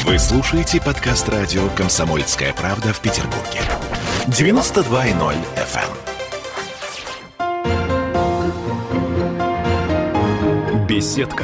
Вы слушаете подкаст радио «Комсомольская правда» в Петербурге. 92.0 FM. Беседка.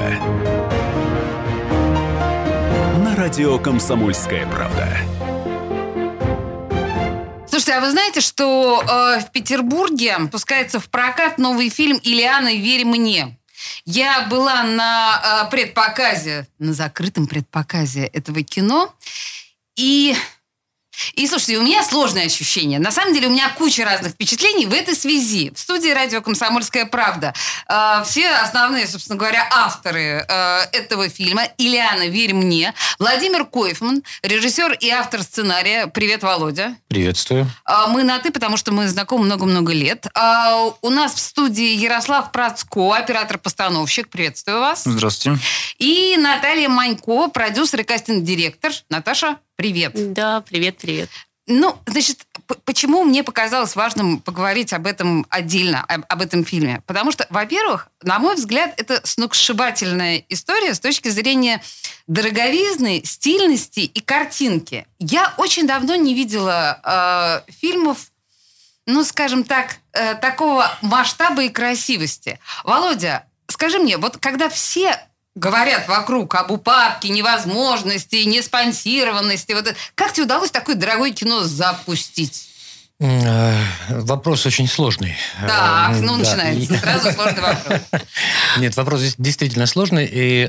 На радио «Комсомольская правда». Слушайте, а вы знаете, что в Петербурге пускается в прокат новый фильм «Иллиана, верь мне». Я была на предпоказе, на закрытом предпоказе этого кино, и слушайте, у меня сложное ощущение. На самом деле у меня куча разных впечатлений в этой связи. В студии радио «Комсомольская правда» все основные, собственно говоря, авторы этого фильма. Иллиана, верь мне. Владимир Койфман, режиссер и автор сценария. Привет, Володя. Приветствую. Мы на «ты», потому что мы знакомы много-много лет. У нас в студии Ярослав Процко, оператор-постановщик. Приветствую вас. Здравствуйте. И Наталья Манько, продюсер и кастинг-директор. Наташа, привет. Да, привет. Ну, значит, почему мне показалось важным поговорить об этом отдельно, об этом фильме? Потому что, во-первых, на мой взгляд, это сногсшибательная история с точки зрения дороговизны, стильности и картинки. Я очень давно не видела фильмов, ну, скажем так, такого масштаба и красивости. Володя, скажи мне, вот когда все говорят вокруг об упадке, невозможности, неспонсированности, вот, как тебе удалось такое дорогое кино запустить? Вопрос очень сложный. Так, начинается. Сразу сложный вопрос. Нет, вопрос действительно сложный. И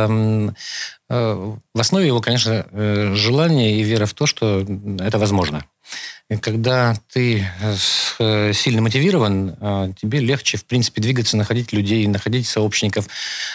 в основе его, конечно, желание и вера в то, что это возможно. И когда ты сильно мотивирован, тебе легче, в принципе, двигаться, находить людей, находить сообщников.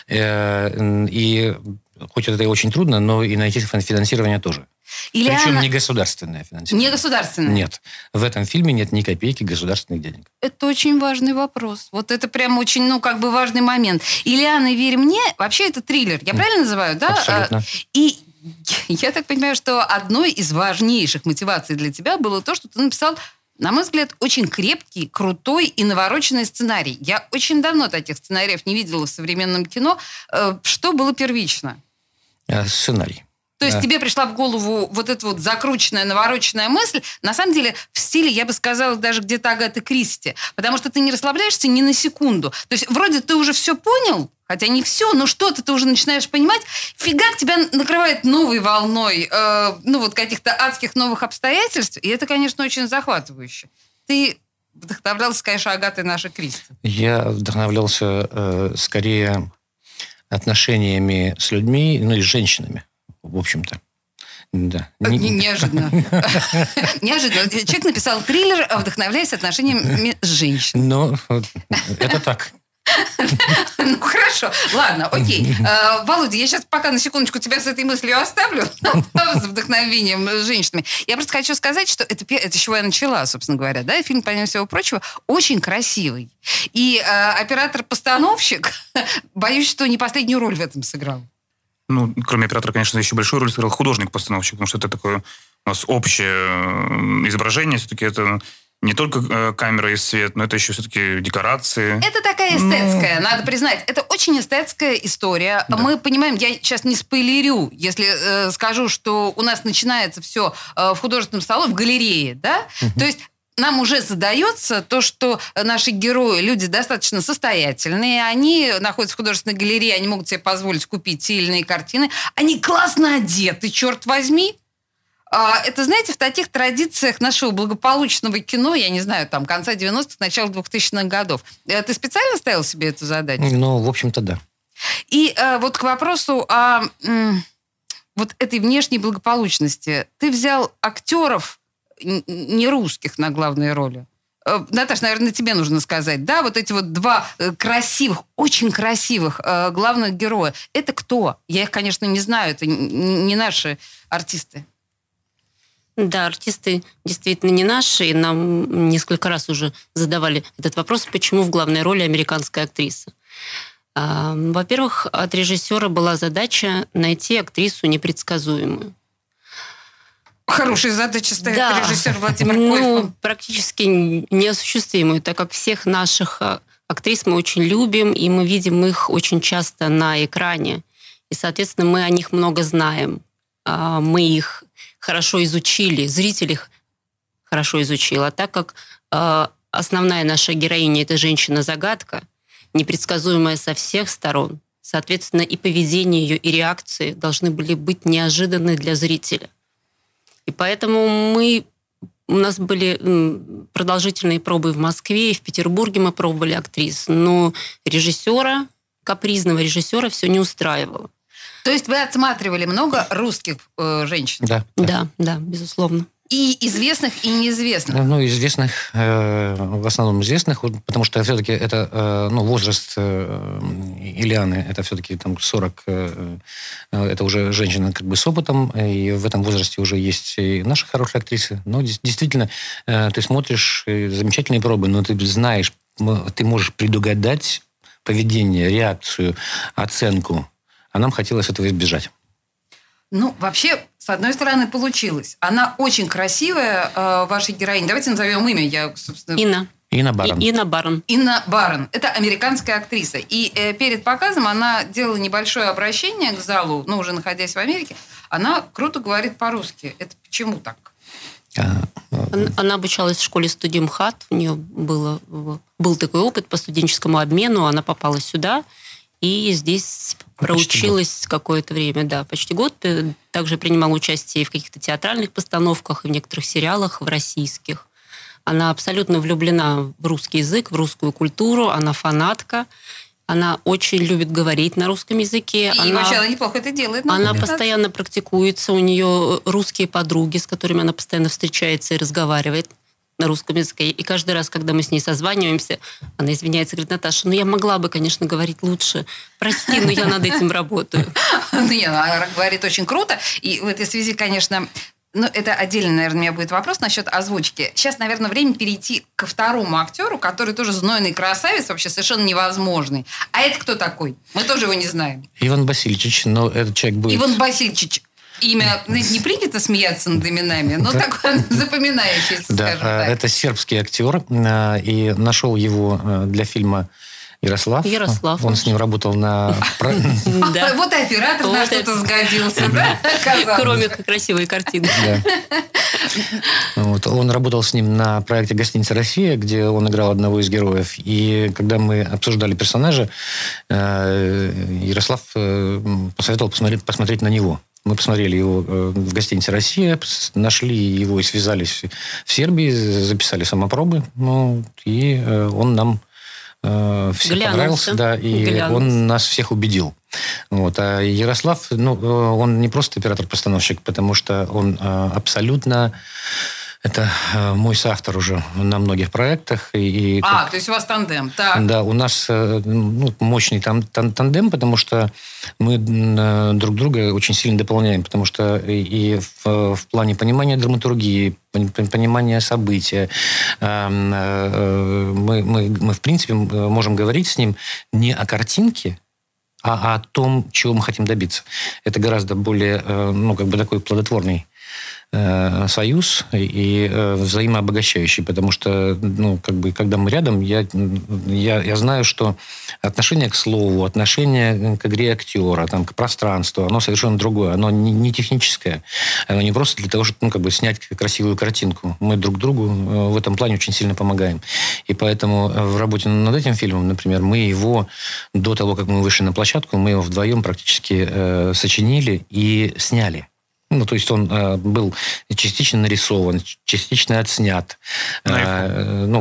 И хоть это и очень трудно, но и найти финансирование тоже. Причем не государственное финансирование. Не государственное? Нет. В этом фильме нет ни копейки государственных денег. Это очень важный вопрос. Вот это прям очень, важный момент. «Иллиана, верь мне» вообще это триллер. Я правильно называю, да? Абсолютно. И я так понимаю, что одной из важнейших мотиваций для тебя было то, что ты написал, на мой взгляд, очень крепкий, крутой и навороченный сценарий. Я очень давно таких сценариев не видела в современном кино. Что было первично? Сценарий. То есть тебе пришла в голову вот эта вот закрученная, навороченная мысль, на самом деле в стиле, я бы сказала, даже где-то Агаты Кристи. Потому что ты не расслабляешься ни на секунду. То есть вроде ты уже все понял, хотя не все, но что-то ты уже начинаешь понимать. Фигак тебя накрывает новой волной, каких-то адских новых обстоятельств. И это, конечно, очень захватывающе. Ты вдохновлялся, конечно, Агатой нашей Кристи. Я вдохновлялся скорее отношениями с людьми, и с женщинами. В общем-то. Да. Неожиданно. Неожиданно. Человек написал триллер, вдохновляясь отношениями с женщиной. Это так. Хорошо. Ладно, окей. Володя, я сейчас пока на секундочку тебя с этой мыслью оставлю, с вдохновением с женщинами. Я просто хочу сказать, что это с чего я начала, собственно говоря. Да? Фильм, помимо всего прочего, очень красивый. И оператор-постановщик, боюсь, что не последнюю роль в этом сыграл. Кроме оператора, конечно, еще большую роль сыграл художник-постановщик, потому что это такое у нас общее изображение. Все-таки это не только камера и свет, но это еще все-таки декорации. Это такая эстетская, надо признать. Это очень эстетская история. Да. Мы понимаем, я сейчас не спойлерю, если скажу, что у нас начинается все в художественном салоне, в галерее, да? То есть нам уже задается то, что наши герои, люди достаточно состоятельные, они находятся в художественной галерее, они могут себе позволить купить те или иные картины, они классно одеты, черт возьми. Это, знаете, в таких традициях нашего благополучного кино, я не знаю, там, конца 90-х, начала 2000-х годов. Ты специально ставил себе эту задачу? В общем-то, да. И вот к вопросу о вот этой внешней благополучности. Ты взял актеров не русских на главные роли. Наташа, наверное, тебе нужно сказать, да, вот эти вот два красивых, очень красивых главных героя. Это кто? Я их, конечно, не знаю, это не наши артисты. Да, артисты действительно не наши, и нам несколько раз уже задавали этот вопрос, почему в главной роли американская актриса. Во-первых, от режиссера была задача найти актрису непредсказуемую. Хорошая задача ставит режиссер Владимир Койфман. Практически неосуществимую, так как всех наших актрис мы очень любим, и мы видим их очень часто на экране. И, соответственно, мы о них много знаем. мы их хорошо изучили, зритель их хорошо изучил. А так как основная наша героиня – это женщина-загадка, непредсказуемая со всех сторон, соответственно, и поведение ее, и реакции должны были быть неожиданны для зрителя. И поэтому у нас были продолжительные пробы в Москве, и в Петербурге мы пробовали актрис, но капризного режиссера все не устраивало. То есть вы отсматривали много русских женщин? Да, безусловно. И известных, и неизвестных? Известных, в основном известных, потому что все-таки это, возраст Ильяны, это все-таки там 40, это уже женщина как бы с опытом, и в этом возрасте уже есть и наши хорошие актрисы. Но действительно, ты смотришь замечательные пробы, но ты знаешь, ты можешь предугадать поведение, реакцию, оценку. А нам хотелось этого избежать. Вообще, с одной стороны, получилось. Она очень красивая, ваша героиня. Давайте назовем имя. Инна Барон. Инна Барон. Это американская актриса. И перед показом она делала небольшое обращение к залу, уже находясь в Америке. Она круто говорит по-русски. Это почему так? Она обучалась в школе-студии МХАТ. У нее был такой опыт по студенческому обмену. Она попала сюда. И здесь проучилась какое-то время, почти год. Также принимала участие в каких-то театральных постановках и в некоторых сериалах, в российских. Она абсолютно влюблена в русский язык, в русскую культуру. Она фанатка. Она очень любит говорить на русском языке. И вообще она неплохо это делает. Она постоянно практикуется. У нее русские подруги, с которыми она постоянно встречается и разговаривает на русском языке. И каждый раз, когда мы с ней созваниваемся, она извиняется, говорит: Наташа, я могла бы, конечно, говорить лучше. Прости, но я над этим работаю. Она говорит очень круто. И в этой связи, конечно, это отдельно, наверное, у меня будет вопрос насчет озвучки. Сейчас, наверное, время перейти ко второму актеру, который тоже знойный красавец, вообще совершенно невозможный. А это кто такой? Мы тоже его не знаем. Иван Васильевич, но этот человек будет... Иван Васильевич. Имя, не принято смеяться над именами, но такое запоминающееся, скажем так. Это сербский актер, и нашел его для фильма Ярослав. Он с ним работал на... Вот и оператор на что-то сгодился, да? Кроме красивой картины. Он работал с ним на проекте «Гостиница «Россия», где он играл одного из героев. И когда мы обсуждали персонажа, Ярослав посоветовал посмотреть на него. Мы посмотрели его в гостинице «Россия», нашли его и связались в Сербии, записали самопробы. И он нам всем понравился, и он нас всех убедил. А Ярослав, он не просто оператор-постановщик, потому что он абсолютно... Это мой соавтор уже на многих проектах. То есть у вас тандем. Так. Да, у нас мощный тандем, потому что мы друг друга очень сильно дополняем, потому что и в плане понимания драматургии, понимания события, мы в принципе можем говорить с ним не о картинке, а о том, чего мы хотим добиться. Это гораздо более, такой плодотворный союз и взаимообогащающий, потому что, когда мы рядом, я знаю, что отношение к слову, отношение к игре актера, к пространству, оно совершенно другое, оно не техническое, оно не просто для того, чтобы снять красивую картинку. Мы друг другу в этом плане очень сильно помогаем. И поэтому в работе над этим фильмом, например, мы его, до того, как мы вышли на площадку, мы его вдвоем практически сочинили и сняли. То есть он был частично нарисован, частично отснят. На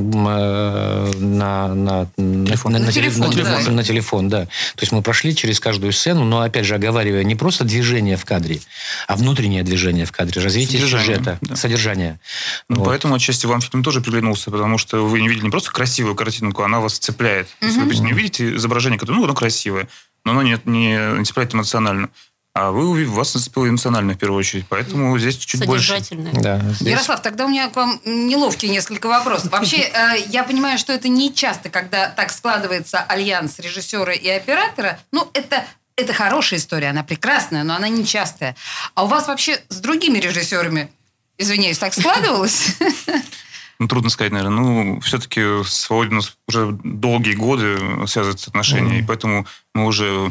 телефон, да. То есть мы прошли через каждую сцену, но, опять же, оговаривая не просто движение в кадре, а внутреннее движение в кадре, развитие сюжета, содержание. Поэтому отчасти вам фильм тоже приглянулся, потому что вы не видели не просто красивую картинку, она вас цепляет. Вы не видите изображение, которое, оно красивое, но оно не цепляет эмоционально. А у вас зацепило эмоционально в первую очередь, поэтому здесь чуть больше. Да, здесь... Ярослав, тогда у меня к вам неловкие несколько вопросов. Вообще, я понимаю, что это не часто, когда так складывается альянс режиссера и оператора. Это хорошая история, она прекрасная, но она нечастая. А у вас вообще с другими режиссерами, извиняюсь, так складывалось? Трудно сказать, наверное. Все-таки с Володей у нас уже долгие годы связываются отношения, и поэтому мы уже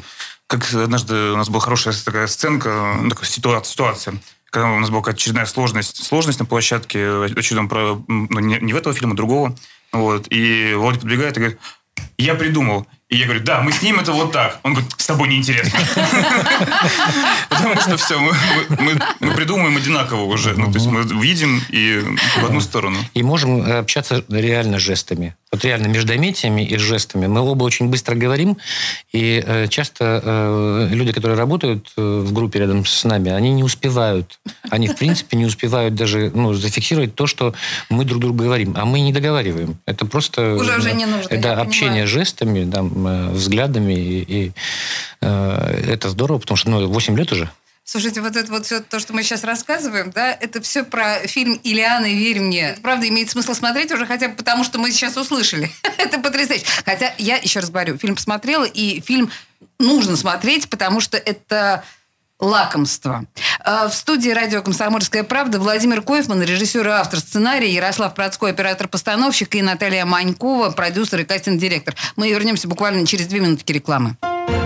как однажды у нас была хорошая такая сценка, такая ситуация, когда у нас была какая-то очередная сложность на площадке, очередном, не в этого фильма, а другого. Вот. И Володя подбегает и говорит: я придумал. И я говорю: да, мы снимем это вот так. Он говорит: с тобой неинтересно. Потому что все, мы придумаем одинаково уже. То есть мы видим и в одну сторону. И можем общаться реально жестами. Вот реально междометиями и жестами. Мы оба очень быстро говорим. И часто люди, которые работают в группе рядом с нами, они не успевают. Они, в принципе, не успевают даже зафиксировать то, что мы друг другу говорим. А мы не договариваем. Это просто... Уже не нужно. Да, общение жестами, взглядами. И это здорово, потому что 8 лет уже. Слушайте, вот это вот все то, что мы сейчас рассказываем, да, это все про фильм «Иллиана, верь мне». Это, правда, имеет смысл смотреть уже хотя бы потому, что мы сейчас услышали. Это потрясающе. Хотя я, еще раз говорю, фильм посмотрела, и фильм нужно смотреть, потому что это лакомство. В студии радио «Комсомольская правда» Владимир Койфман, режиссер и автор сценария, Ярослав Процкой, оператор-постановщик, и Наталья Манькова, продюсер и кастинг-директор. Мы вернемся буквально через 2 минутки рекламы.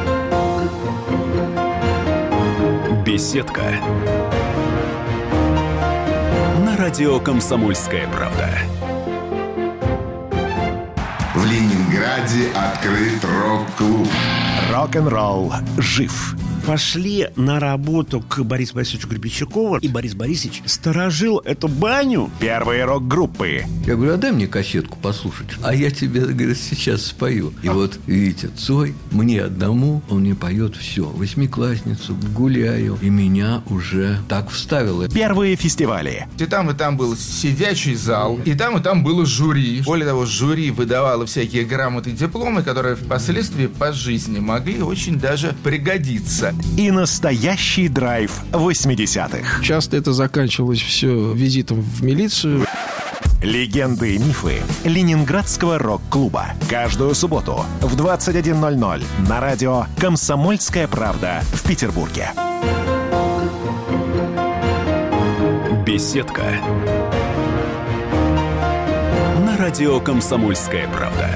Беседка. На радио «Комсомольская правда». В Ленинграде открыт рок-клуб. Рок-н-ролл жив. Пошли на работу к Борису Борисовичу Гребенщикову, и Борис Борисович сторожил эту баню. Первые рок-группы. Я говорю: а дай мне кассетку послушать. А я тебе, говорит, сейчас спою. И вот, видите, Цой, мне одному, он мне поет все. 8-классницу, гуляю. И меня уже так вставило. Первые фестивали. И там был сидячий зал, и там было жюри. Более того, жюри выдавало всякие грамоты и дипломы, которые впоследствии по жизни могли очень даже пригодиться. И настоящий драйв 80-х. Часто это заканчивалось все визитом в милицию. Легенды и мифы Ленинградского рок-клуба. Каждую субботу в 21:00 на радио «Комсомольская правда» в Петербурге. Беседка. На радио «Комсомольская правда».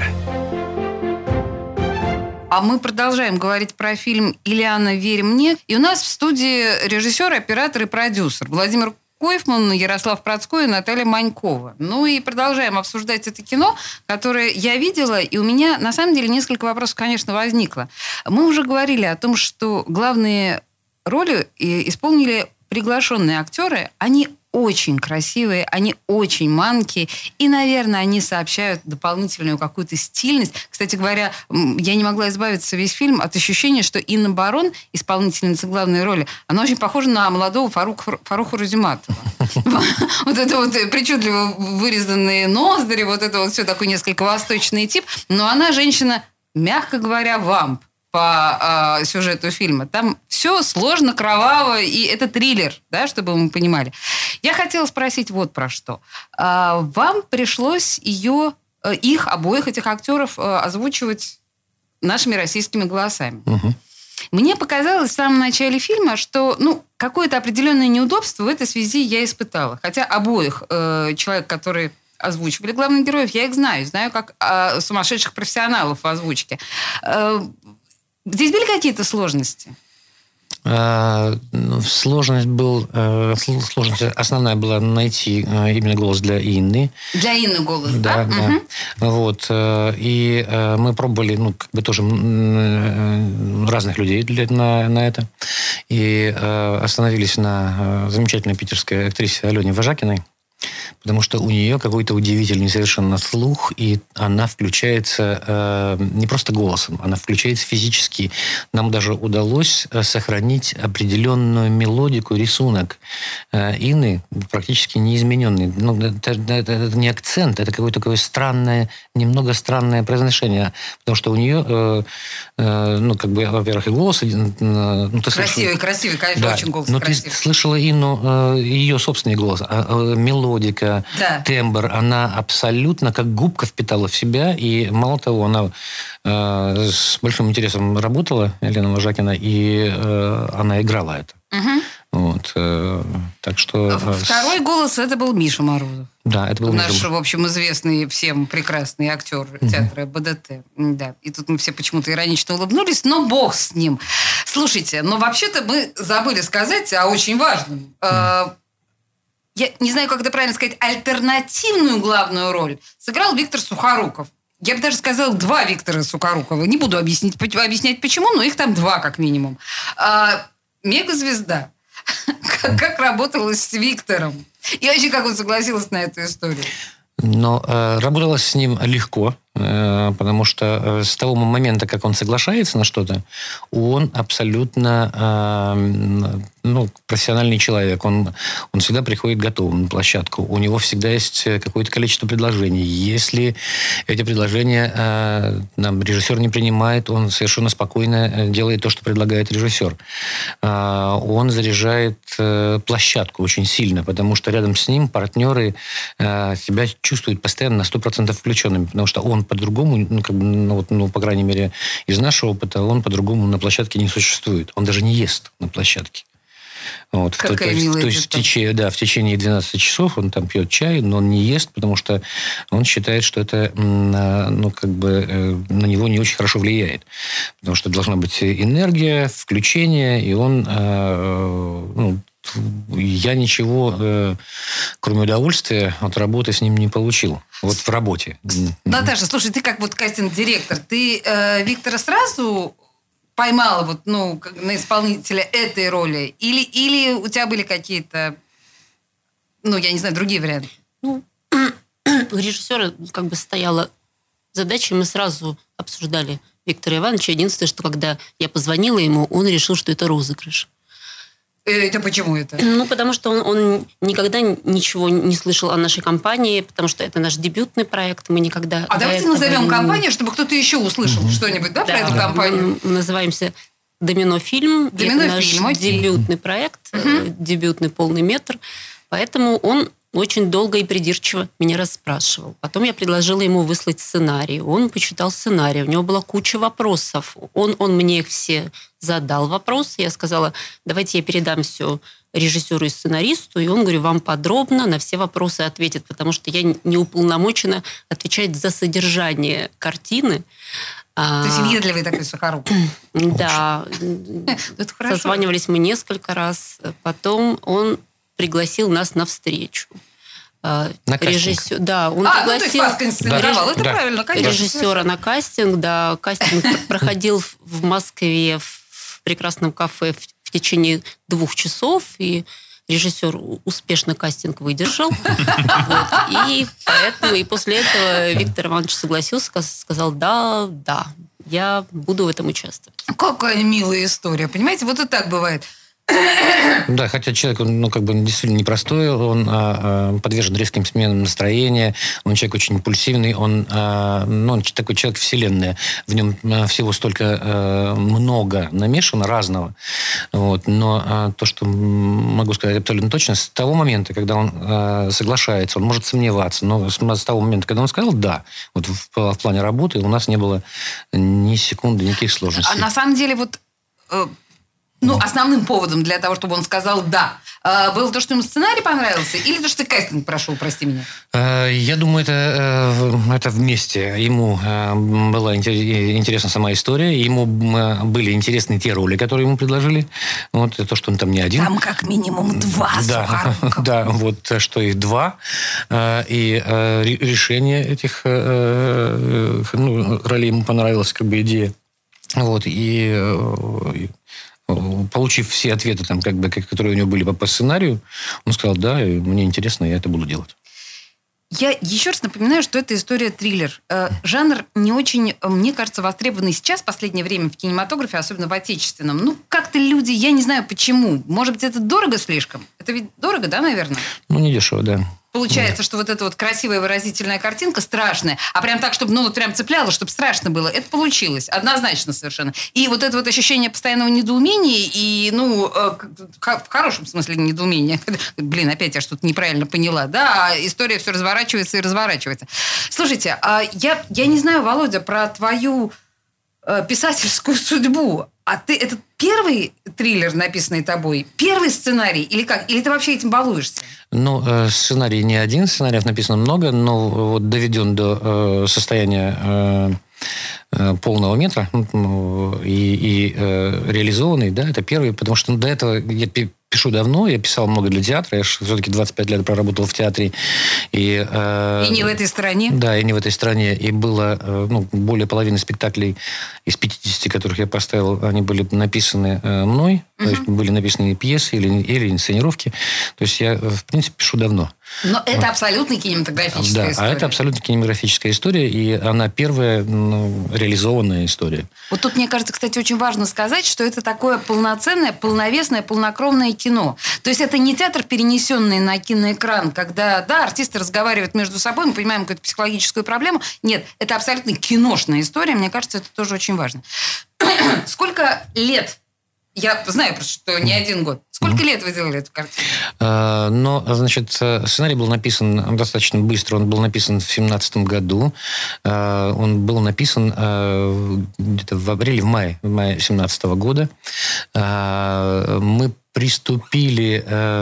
А мы продолжаем говорить про фильм «Иллиана, верь мне». И у нас в студии режиссер, оператор и продюсер Владимир Койфман, Ярослав Процкой и Наталья Манькова. Ну и продолжаем обсуждать это кино, которое я видела, и у меня на самом деле несколько вопросов, конечно, возникло. Мы уже говорили о том, что главные роли исполнили приглашенные актеры. Они очень красивые, они очень манкие, и, наверное, они сообщают дополнительную какую-то стильность. Кстати говоря, я не могла избавиться весь фильм от ощущения, что Инна Барон, исполнительница главной роли, она очень похожа на молодого Фаруха Разуматова. Вот это вот причудливо вырезанные ноздри, вот это вот все такой несколько восточный тип. Но она женщина, мягко говоря, вамп по сюжету фильма. Там все сложно, кроваво, и это триллер, да, чтобы мы понимали. Я хотела спросить вот про что. Вам пришлось их, обоих этих актеров, озвучивать нашими российскими голосами. Угу. Мне показалось в самом начале фильма, что какое-то определенное неудобство в этой связи я испытала. Хотя обоих человек, которые озвучивали главных героев, я их знаю как сумасшедших профессионалов в озвучке. Здесь были какие-то сложности? Сложность основная была найти именно голос для Инны. Для Инны голос, да? Да. Угу. Вот. И мы пробовали, тоже разных людей на это. И остановились на замечательной питерской актрисе Алене Вожакиной. Потому что у нее какой-то удивительный совершенно слух, и она включается не просто голосом, она включается физически. Нам даже удалось сохранить определенную мелодику, рисунок Инны, практически неизмененный. Это не акцент, это какое-то такое немного странное произношение. Потому что у нее, во-первых, и голос... Красивый, конечно, очень голос красивый. Но ты слышала Инну, ее собственный голос, мелодика, да. Тембр, она абсолютно как губка впитала в себя. И мало того, она с большим интересом работала, Елена Вожакина, и она играла это. Угу. Вот, так что... Второй голос это был Миша Морозов. Да, это был наш, Мейджел. в общем, известный всем прекрасный актер театра БДТ. Да. И тут мы все почему-то иронично улыбнулись, но бог с ним. Слушайте, но вообще-то мы забыли сказать о очень важном. Я не знаю, как это правильно сказать, альтернативную главную роль сыграл Виктор Сухоруков. Я бы даже сказала, 2 Виктора Сухорукова. Не буду объяснять почему, но их там 2 как минимум. Мегазвезда. Как работалось с Виктором? И вообще, как он согласился на эту историю? Но работалось с ним легко, потому что с того момента, как он соглашается на что-то, он абсолютно профессиональный человек. Он всегда приходит готовым на площадку. У него всегда есть какое-то количество предложений. Если эти предложения режиссер не принимает, он совершенно спокойно делает то, что предлагает режиссер. Он заряжает площадку очень сильно, потому что рядом с ним партнеры себя чувствуют постоянно на 100% включенными, потому что он по-другому, по крайней мере, из нашего опыта, он по-другому на площадке не существует. Он даже не ест на площадке. Вот. Какая милая то есть в течение 12 часов он там пьет чай, но он не ест, потому что он считает, что это на него не очень хорошо влияет. Потому что должна быть энергия, включение, и он... я ничего, кроме удовольствия, от работы с ним не получил. Вот в работе. Наташа, слушай, ты как кастинг-директор, ты Виктора сразу поймала на исполнителя этой роли? Или у тебя были какие-то, я не знаю, другие варианты? У режиссера стояла задача, и мы сразу обсуждали Виктора Ивановича. Единственное, что когда я позвонила ему, он решил, что это розыгрыш. Это почему это? Потому что он никогда ничего не слышал о нашей компании, потому что это наш дебютный проект. Мы никогда... Давайте назовем компанию, чтобы кто-то еще услышал что-нибудь, про эту компанию. Мы называемся «Домино Фильм». Это наш дебютный проект, дебютный полный метр. Поэтому он очень долго и придирчиво меня расспрашивал. Потом я предложила ему выслать сценарий. Он почитал сценарий. У него была куча вопросов. Он мне их все задал вопросы. Я сказала, давайте я передам все режиссеру и сценаристу. И он, говорю, вам подробно на все вопросы ответит, потому что я не уполномочена отвечать за содержание картины. То есть въедливый такой Сухоруков. Да. Созванивались мы несколько раз. Потом он пригласил нас на встречу. На кастинг. Да, он пригласил это правильно, конечно. Режиссера на кастинг. Да, кастинг проходил в Москве в прекрасном кафе в течение 2 часов, и режиссер успешно кастинг выдержал. И после этого Виктор Иванович согласился, сказал, да, я буду в этом участвовать. Какая милая история. Понимаете, вот и так бывает. Да, хотя человек, он действительно непростой, он подвержен резким сменам настроения, он человек очень импульсивный, он такой человек вселенная, в нем всего столько много намешано разного. Вот. Но то, что могу сказать абсолютно точно, с того момента, когда он соглашается, он может сомневаться, но с того момента, когда он сказал «да», вот в плане работы у нас не было ни секунды никаких сложностей. А на самом деле основным поводом для того, чтобы он сказал «да», было то, что ему сценарий понравился, или то, что кастинг прошел, прости меня? Я думаю, это вместе. Ему была интересна сама история, ему были интересны те роли, которые ему предложили. Вот то, что он там не один. Там как минимум 2 Сухорукова. Да, вот что их 2. И решение этих ролей ему понравилась идея. Вот, и получив все ответы, которые у него были по сценарию, он сказал, да, мне интересно, я это буду делать. Я еще раз напоминаю, что это история-триллер. Жанр не очень, мне кажется, востребованный сейчас, в последнее время в кинематографе, особенно в отечественном. Как-то люди, я не знаю почему. Может быть, это дорого слишком? Это ведь дорого, да, наверное? Не дешево, да. Получается, что вот эта красивая выразительная картинка страшная, а прям так, чтобы прям цепляло, чтобы страшно было, это получилось. Однозначно совершенно. И вот это ощущение постоянного недоумения и, в хорошем смысле недоумения. Блин, опять я что-то неправильно поняла. Да, история все разворачивается и разворачивается. Слушайте, я не знаю, Володя, про твою писательскую судьбу. А ты этот первый триллер, написанный тобой, первый сценарий или как? Или ты вообще этим балуешься? Ну, сценарий не один, сценариев написано много, но вот доведен до состояния полного метра и реализованный, да, это первый, потому что до этого я пишу давно, я писал много для театра, я все-таки 25 лет проработал в театре. И не в этой стране? Да, и не в этой стране. И было более половины спектаклей из 50, которых я поставил, они были написаны мной, то есть были написаны пьесы или инсценировки. То есть я, в принципе, пишу давно. Но это абсолютно кинематографическая история. Да, это абсолютно кинематографическая история, и она первая реализованная история. Вот тут, мне кажется, кстати, очень важно сказать, что это такое полноценное, полновесное, полнокровное кино. То есть это не театр, перенесенный на киноэкран, когда, да, артисты разговаривают между собой, мы понимаем какую-то психологическую проблему. Нет, это абсолютно киношная история, мне кажется, это тоже очень важно. Сколько лет? Я знаю просто, что не один год. Сколько лет вы делали эту картину? Но, значит, сценарий был написан достаточно быстро. Он был написан в 2017 году. Он был написан где-то в апреле, в мае 2017 года. Мы приступили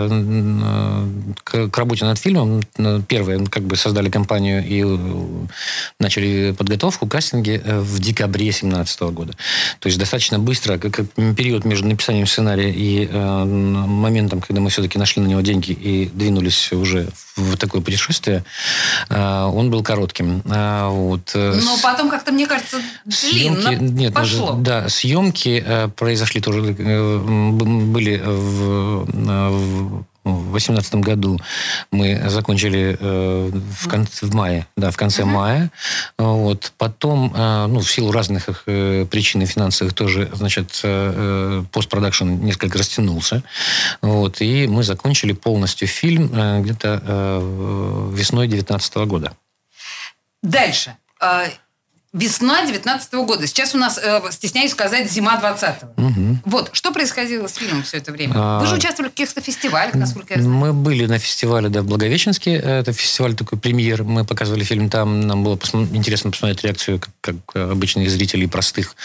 к работе над фильмом. Первое, как бы создали компанию и начали подготовку, кастинги в декабре 2017 года. То есть достаточно быстро, как период между написанием сценария и моментом, когда мы все-таки нашли на него деньги и двинулись уже в такое путешествие, он был коротким. Вот. Но потом как-то, мне кажется, длинно пошло. Да, съемки произошли тоже, были в 2018 году. Мы закончили в мае, да, в конце мая. Вот. Потом, в силу разных причин и финансовых тоже, значит, постпродакшн несколько растянулся. Вот. И мы закончили полностью фильм где-то весной 2019 года. Дальше. Весна 2019 года. Сейчас у нас, стесняюсь сказать, зима 2020. Вот. Что происходило с фильмом все это время? Вы же участвовали в каких-то фестивалях, насколько я знаю. Мы были на фестивале, да, в Благовещенске. Это фестиваль такой премьер. Мы показывали фильм там. Нам было интересно посмотреть реакцию, как обычных зрителей, простых.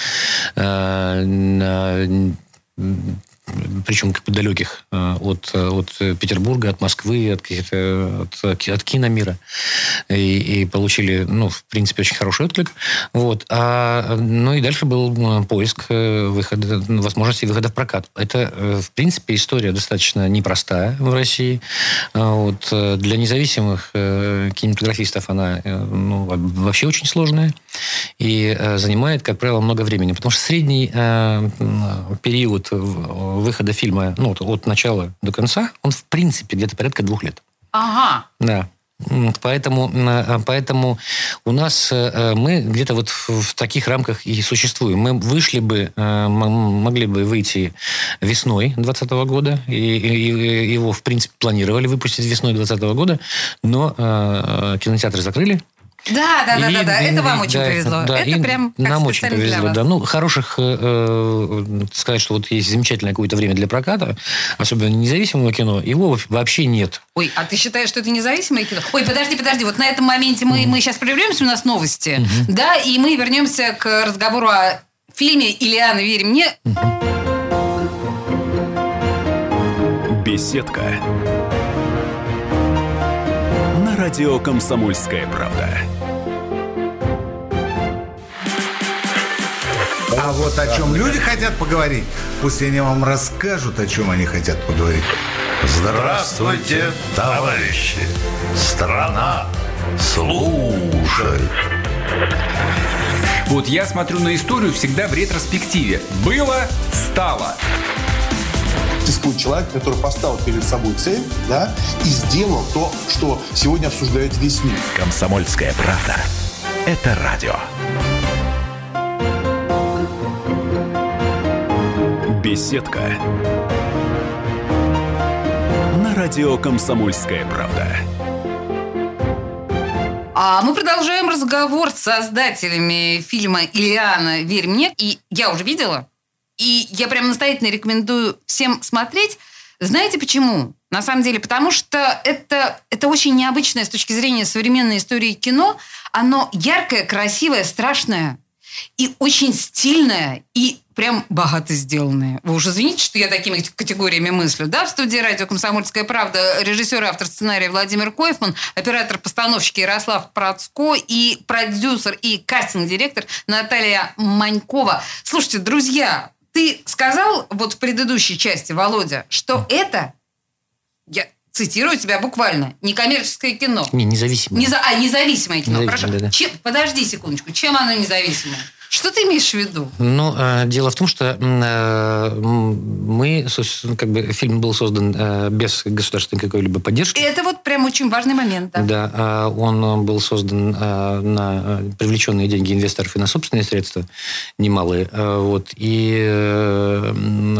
Причем как бы далеких от Петербурга, от Москвы, от киномира. И получили, в принципе, очень хороший отклик. Вот. И дальше был поиск выхода, возможности выхода в прокат. Это, в принципе, история достаточно непростая в России. Вот. Для независимых кинематографистов она вообще очень сложная. И занимает, как правило, много времени. Потому что средний период выхода фильма, от начала до конца, он, в принципе, где-то порядка 2 лет. Ага. Да. Поэтому у нас мы где-то вот в таких рамках и существуем. Мы могли бы выйти весной 2020 года, и его, в принципе, планировали выпустить весной 2020 года, но кинотеатры закрыли. Да. Это вам очень повезло. Да, это прям как нам очень повезло. Да. Хороших, сказать, что вот есть замечательное какое-то время для проката, особенно независимого кино, его вообще нет. Ой, а ты считаешь, что это независимое кино? Ой, подожди. Вот на этом моменте мы сейчас прервемся, у нас новости, да, и мы вернемся к разговору о фильме «Иллиана, верь мне». Беседка. На радио «Комсомольская правда». А вот о чем люди хотят поговорить, пусть они вам расскажут, о чем они хотят поговорить. Здравствуйте, товарищи! Страна слушает! Вот я смотрю на историю всегда в ретроспективе. Было, стало. Существует человек, который поставил перед собой цель, да, и сделал то, что сегодня обсуждает весь мир. «Комсомольская правда». Это радио. Беседка. На радио «Комсомольская правда». А мы продолжаем разговор с создателями фильма «Иллиана, верь мне». И я уже видела. И я прям настоятельно рекомендую всем смотреть. Знаете почему? На самом деле, потому что это очень необычное с точки зрения современной истории кино. Оно яркое, красивое, страшное. и очень стильная, и прям богато сделанная. Вы уже извините, что я такими категориями мыслю. Да, в студии радио «Комсомольская правда» режиссер и автор сценария Владимир Койфман, оператор-постановщик Ярослав Процко и продюсер и кастинг-директор Наталья Манькова. Слушайте, друзья, ты сказал вот в предыдущей части, Володя, что это, я цитирую тебя буквально, некоммерческое кино. Независимое. Независимое кино. Хорошо. Да. Подожди секундочку. Чем оно независимое? Что ты имеешь в виду? Ну, дело в том, что мы, как бы, фильм был создан без государственной какой-либо поддержки. Это вот прям очень важный момент, да. Да, он был создан на привлеченные деньги инвесторов и на собственные средства, немалые. Вот, и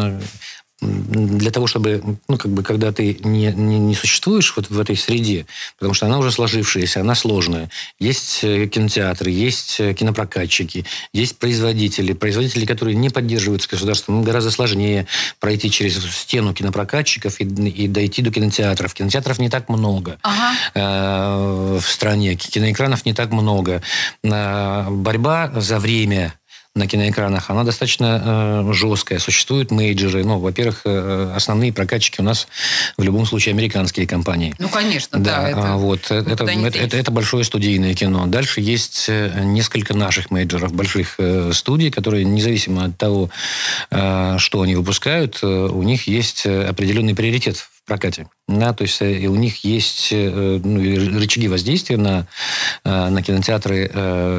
для того, чтобы, ну, как бы, когда ты не существуешь вот в этой среде, потому что она уже сложившаяся, она сложная. Есть кинотеатры, есть кинопрокатчики, есть производители, которые не поддерживаются государством. Гораздо сложнее пройти через стену кинопрокатчиков и дойти до кинотеатров. Кинотеатров не так много в стране, киноэкранов не так много. Борьба за время на киноэкранах, она достаточно жесткая. Существуют мейджоры. Ну, во-первых, основные прокатчики у нас в любом случае американские компании. Ну, конечно, да. Это большое студийное кино. Дальше есть несколько наших мейджоров, больших студий, которые, независимо от того, что они выпускают, у них есть определенный приоритет в прокате. Да, то есть и у них есть рычаги воздействия на кинотеатры,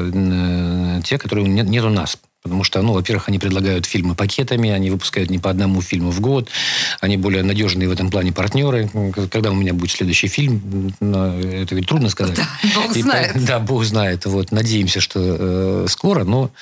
те, которые нет у нас. Потому что, во-первых, они предлагают фильмы пакетами, они выпускают не по одному фильму в год, они более надежные в этом плане партнеры. Когда у меня будет следующий фильм, это ведь трудно сказать. Да, Бог знает. Да, Бог знает. Вот, надеемся, что скоро, но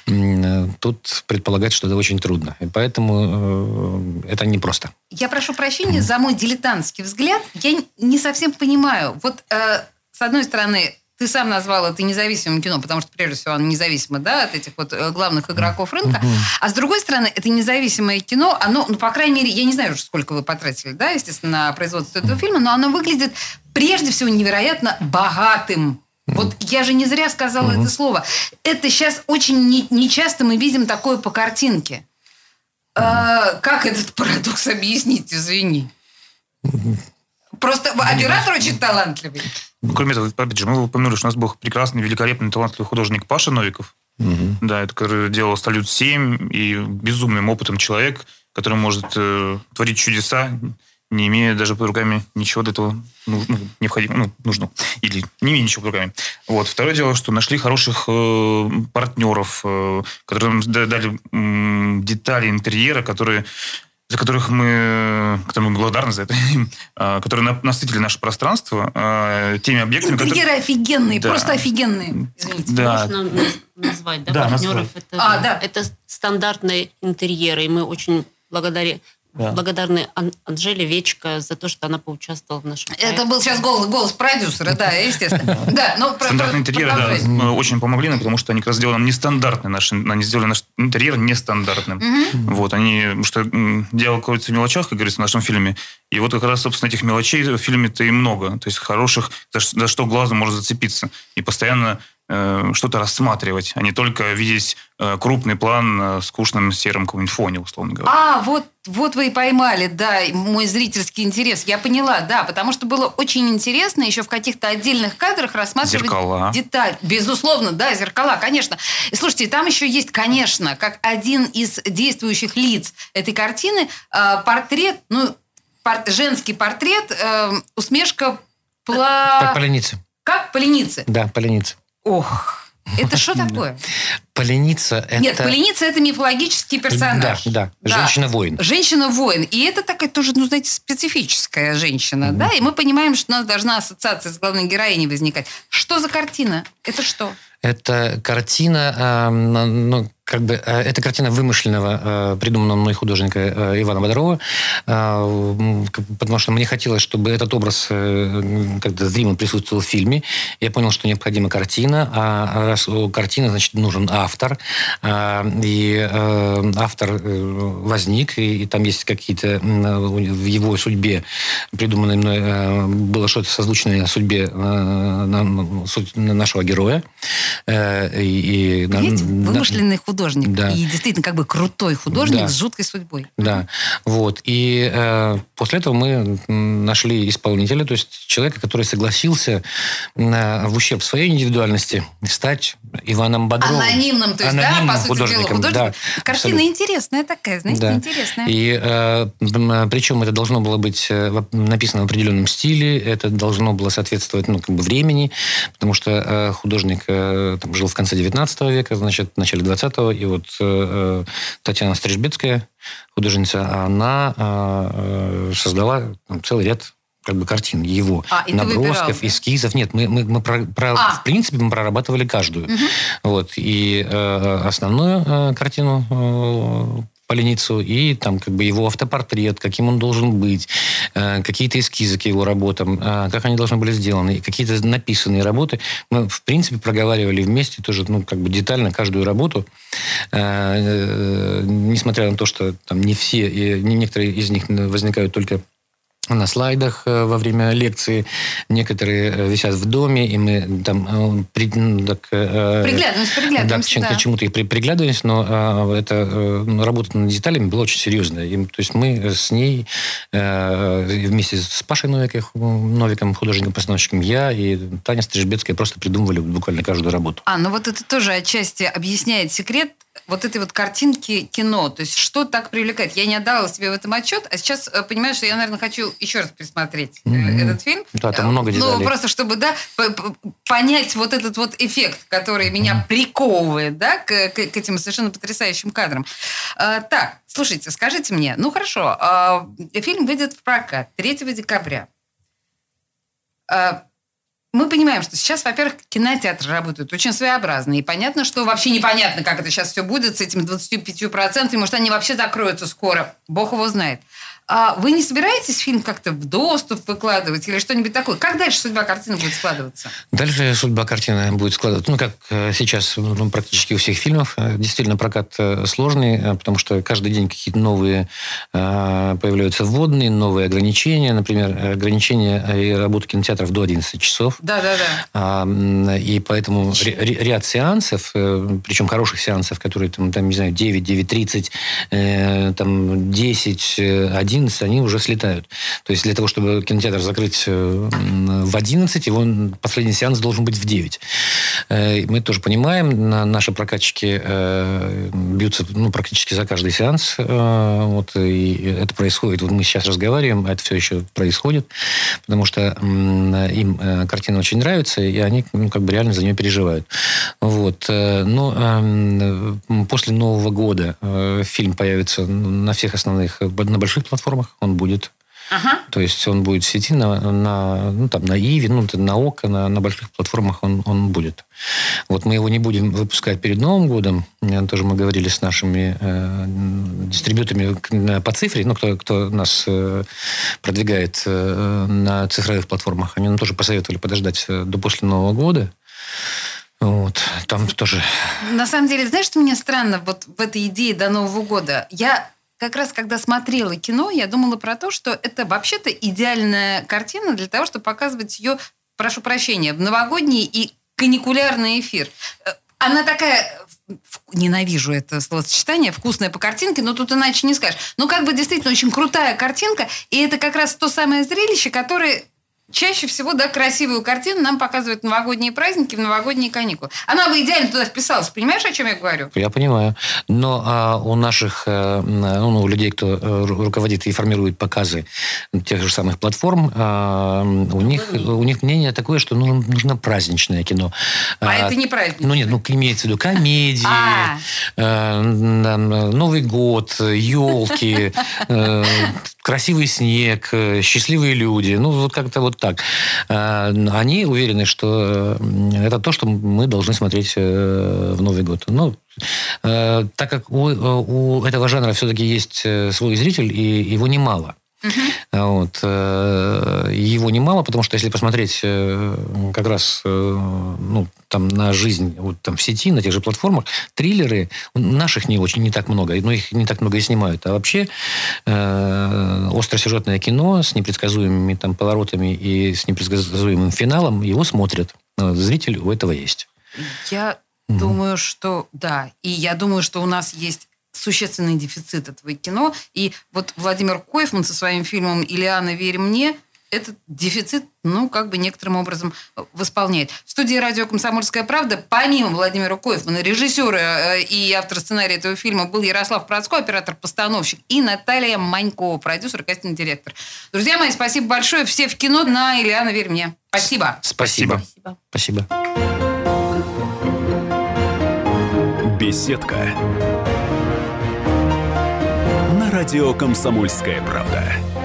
тут предполагать, что это очень трудно. И поэтому это непросто. Я прошу прощения за мой дилетантский взгляд. Я не совсем понимаю. Вот, с одной стороны, ты сам назвал это независимым кино, потому что, прежде всего, оно независимо, да, от этих вот главных игроков рынка. А с другой стороны, это независимое кино, оно, по крайней мере, я не знаю, сколько вы потратили, да, естественно, на производство этого фильма, но оно выглядит, прежде всего, невероятно богатым. Вот я же не зря сказала это слово. Это сейчас очень нечасто мы видим такое по картинке. Как этот парадокс объяснить, извини? Просто оператор очень талантливый. Кроме этого, опять же, мы упомянули, что у нас был прекрасный, великолепный, талантливый художник Паша Новиков. Да, это который делал «Салют-7», и безумным опытом человек, который может творить чудеса, не имея даже под руками ничего для этого необходимого, нужного. Или не имея ничего под руками. Вот. Второе дело, что нашли хороших партнеров, которые нам дали детали интерьера, за которых которым мы благодарны за это, которые насытили наше пространство теми объектами, интерьеры офигенные, да. Просто офигенные. Извините. Да. Можно назвать, да, партнеров? Это стандартные интерьеры, и мы очень благодарны Анжеле Вечко за то, что она поучаствовала в нашем проекте. Это был сейчас голос продюсера, да, естественно. Стандартные интерьеры, очень помогли нам, потому что они как раз сделали нам нестандартный они сделали наш интерьер нестандартным. Вот, что дело кроется в мелочах, как говорится в нашем фильме, и вот как раз, собственно, этих мелочей в фильме-то и много, то есть хороших, за что глазу может зацепиться, и постоянно что-то рассматривать, а не только видеть крупный план на скучном сером каком-нибудь фоне, условно говоря. Вот вы и поймали, да, мой зрительский интерес. Я поняла, да, потому что было очень интересно еще в каких-то отдельных кадрах рассматривать деталь. Безусловно, да, зеркала, конечно. И слушайте, там еще есть, конечно, как один из действующих лиц этой картины, портрет, женский портрет, усмешка Поленицы. Как? Поленицы? Да, Поленицы. Ох, это что такое? Поленица это... Нет, Поленица это мифологический персонаж. Да. Женщина-воин. Женщина-воин. И это такая тоже, специфическая женщина, да? И мы понимаем, что у нас должна ассоциация с главной героиней возникать. Что за картина? Это что? Это картина, как бы эта картина вымышленного, придуманного мной художника Ивана Бодрова, потому что мне хотелось, чтобы этот образ как-то зримо присутствовал в фильме. Я понял, что необходима картина, а раз у картины, значит, нужен автор. И автор возник, и там есть какие-то в его судьбе, придуманной мной, было что-то созвучное судьбе нашего героя. Вымышленный художник. Да. И действительно как бы крутой художник с жуткой судьбой. Да. Вот. И после этого мы нашли исполнителя, то есть человека, который согласился в ущерб своей индивидуальности стать Иваном Бодровым. Анонимным, то есть, по сути художником. дела, Да, картина интересная такая, знаете, да. интересная. И причем это должно было быть написано в определенном стиле, это должно было соответствовать времени, потому что художник жил в конце 19 века, значит, в начале 20-го, и вот Татьяна Стрижбецкая, художница, она создала целый ряд картин его, набросков, эскизов. Нет, в принципе, мы прорабатывали каждую. Вот. И основную картину Поленицу, и там его автопортрет, каким он должен быть, какие-то эскизы к его работам, как они должны были сделаны, и какие-то написанные работы. Мы, в принципе, проговаривали вместе тоже, детально каждую работу, несмотря на то, что там не все, и некоторые из них возникают только на слайдах во время лекции, некоторые висят в доме, и мы там приглядываемся, к чему-то и приглядываемся, но это работа над деталями была очень серьезная. И, то есть мы с ней вместе с Пашей Новиком, художником-постановщиком, я и Таня Стрижбецкая просто придумывали буквально каждую работу. Вот это тоже отчасти объясняет секрет вот этой вот картинки кино. То есть что так привлекает? Я не отдавала себе в этом отчет, а сейчас понимаю, что я, наверное, хочу еще раз пересмотреть этот фильм. Да, там много деталей. Просто чтобы, понять вот этот вот эффект, который меня приковывает, к этим совершенно потрясающим кадрам. Так, слушайте, скажите мне, хорошо, фильм выйдет в прокат 3 декабря. Мы понимаем, что сейчас, во-первых, кинотеатры работают очень своеобразно. И понятно, что вообще непонятно, как это сейчас все будет с этими 25%. Может, они вообще закроются скоро. Бог его знает. А вы не собираетесь фильм как-то в доступ выкладывать или что-нибудь такое? Как дальше судьба картины будет складываться? Дальше судьба картины будет складываться. Как сейчас практически у всех фильмов. Действительно, прокат сложный, потому что каждый день какие-то новые появляются вводные, новые ограничения. Например, ограничения работы кинотеатров до 11 часов. Да. И поэтому ряд сеансов, причем хороших сеансов, которые там не знаю, 9, 9:30, 10, 11, они уже слетают. То есть для того, чтобы кинотеатр закрыть в 11, его последний сеанс должен быть в 9. Мы тоже понимаем, наши прокатчики бьются практически за каждый сеанс. И это происходит. Мы сейчас разговариваем, а это все еще происходит, потому что им картина очень нравится, и они реально за нее переживают. Но после Нового года фильм появится на всех основных, на больших платформах, он будет. То есть он будет в сети на Иви, на ОК, на больших платформах он будет. Мы его не будем выпускать перед Новым годом. Тоже мы говорили с нашими дистрибьюторами по цифре, кто нас продвигает на цифровых платформах. Они нам тоже посоветовали подождать до после Нового года. Там тоже... На самом деле, знаешь, что мне странно в этой идее до Нового года? Я как раз, когда смотрела кино, я думала про то, что это вообще-то идеальная картина для того, чтобы показывать ее, прошу прощения, в новогодний и каникулярный эфир. Она такая... Ненавижу это словосочетание, вкусная по картинке, но тут иначе не скажешь. Действительно очень крутая картинка, и это как раз то самое зрелище, которое... Чаще всего, красивую картину нам показывают в новогодние праздники, в новогодние каникулы. Она бы идеально туда вписалась. Понимаешь, о чем я говорю? Я понимаю. Но у наших, у людей, кто руководит и формирует показы тех же самых платформ, у них мнение такое, что нужно праздничное кино. Это не праздничное. Имеется в виду комедии, Новый год, елки, красивый снег, счастливые люди, ну, вот как-то вот так. Они уверены, что это то, что мы должны смотреть в Новый год. Ну, так как у этого жанра все-таки есть свой зритель, и его немало. Вот. Его немало, потому что если посмотреть как раз ну, там, на жизнь вот, там, в сети, на тех же платформах, триллеры наших не так много, но их не так много и снимают. А вообще остросюжетное кино с непредсказуемыми там, поворотами и с непредсказуемым финалом, его смотрят. Зритель у этого есть. Я думаю, что да. И я думаю, что у нас есть существенный дефицит этого кино. И вот Владимир Койфман со своим фильмом «Иллиана, верь мне» этот дефицит, ну, как бы некоторым образом восполняет. В студии радио «Комсомольская правда» помимо Владимира Койфмана, режиссера и автора сценария этого фильма был Ярослав Процко, оператор-постановщик, и Наталья Манькова, продюсер и кастинг-директор. Друзья мои, спасибо большое. Все в кино на «Иллиана, верь мне». Спасибо. Спасибо. Спасибо. Беседка. На радио «Комсомольская правда».